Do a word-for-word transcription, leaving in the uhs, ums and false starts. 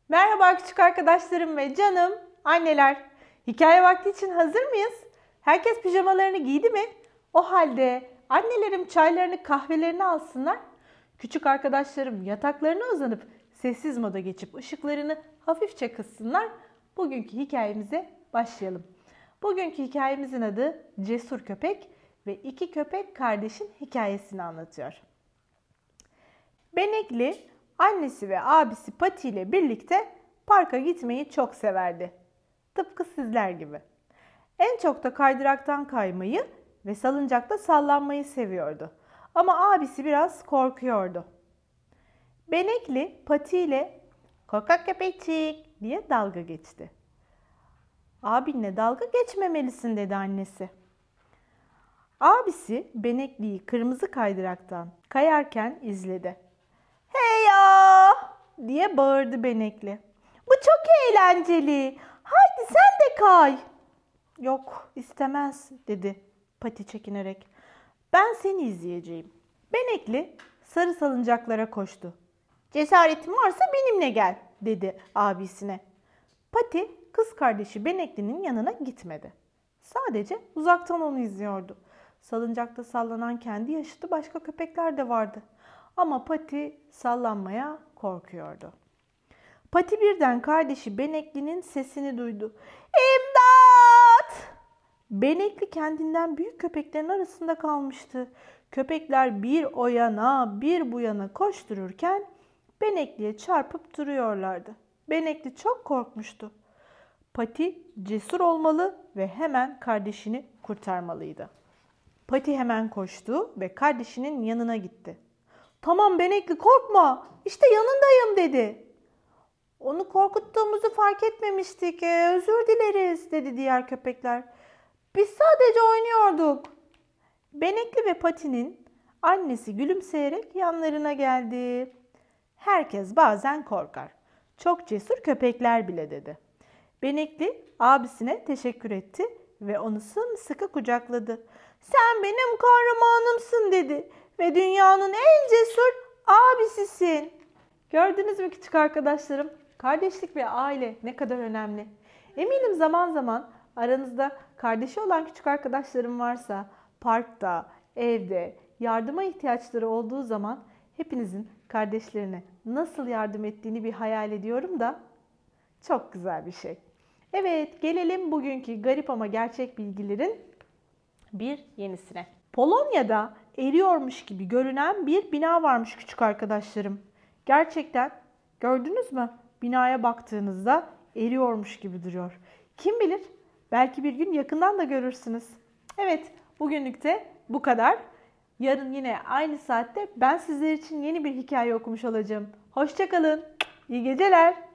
Merhaba küçük arkadaşlarım ve canım anneler. Hikaye vakti için hazır mıyız? Herkes pijamalarını giydi mi? O halde annelerim çaylarını kahvelerini alsınlar. Küçük arkadaşlarım yataklarına uzanıp sessiz moda geçip ışıklarını hafifçe kıssınlar. Bugünkü hikayemize başlayalım. Bugünkü hikayemizin adı Cesur Köpek ve iki köpek kardeşin hikayesini anlatıyor. Benekli annesi ve abisi Pati ile birlikte parka gitmeyi çok severdi. Tıpkı sizler gibi. En çok da kaydıraktan kaymayı ve salıncakta sallanmayı seviyordu. Ama abisi biraz korkuyordu. Benekli Pati ile "Korkak köpekçik" diye dalga geçti. "Abinle dalga geçmemelisin" dedi annesi. Abisi Benekli'yi kırmızı kaydıraktan kayarken izledi. "Hey ya!" diye bağırdı Benekli. "Bu çok eğlenceli. Haydi sen de kay." "Yok, istemez" dedi Pati çekinerek. "Ben seni izleyeceğim." Benekli sarı salıncaklara koştu. "Cesaretin varsa benimle gel" dedi abisine. Pati kız kardeşi Benekli'nin yanına gitmedi. Sadece uzaktan onu izliyordu. Salıncakta sallanan kendi yaşıtı başka köpekler de vardı. Ama Pati sallanmaya korkuyordu. Pati birden kardeşi Benekli'nin sesini duydu. "İmdat!" Benekli kendinden büyük köpeklerin arasında kalmıştı. Köpekler bir o yana bir bu yana koştururken Benekli'ye çarpıp duruyorlardı. Benekli çok korkmuştu. Pati cesur olmalı ve hemen kardeşini kurtarmalıydı. Pati hemen koştu ve kardeşinin yanına gitti. "Tamam Benekli, korkma. İşte yanındayım" dedi. "Onu korkuttuğumuzu fark etmemiştik. Ee, özür dileriz" dedi diğer köpekler. "Biz sadece oynuyorduk." Benekli ve Pati'nin annesi gülümseyerek yanlarına geldi. "Herkes bazen korkar. Çok cesur köpekler bile" dedi. Benekli abisine teşekkür etti ve onu sımsıkı kucakladı. "Sen benim kahramanımsın" dedi. "Ve dünyanın en cesur abisisin." Gördünüz mü küçük arkadaşlarım? Kardeşlik ve aile ne kadar önemli. Eminim zaman zaman aranızda kardeşi olan küçük arkadaşlarım varsa parkta, evde yardıma ihtiyaçları olduğu zaman hepinizin kardeşlerine nasıl yardım ettiğini bir hayal ediyorum da çok güzel bir şey. Evet, gelelim bugünkü garip ama gerçek bilgilerin bir yenisine. Polonya'da eriyormuş gibi görünen bir bina varmış küçük arkadaşlarım. Gerçekten gördünüz mü? Binaya baktığınızda eriyormuş gibi duruyor. Kim bilir? Belki bir gün yakından da görürsünüz. Evet, bugünlük de bu kadar. Yarın yine aynı saatte ben sizler için yeni bir hikaye okumuş olacağım. Hoşça kalın. İyi geceler.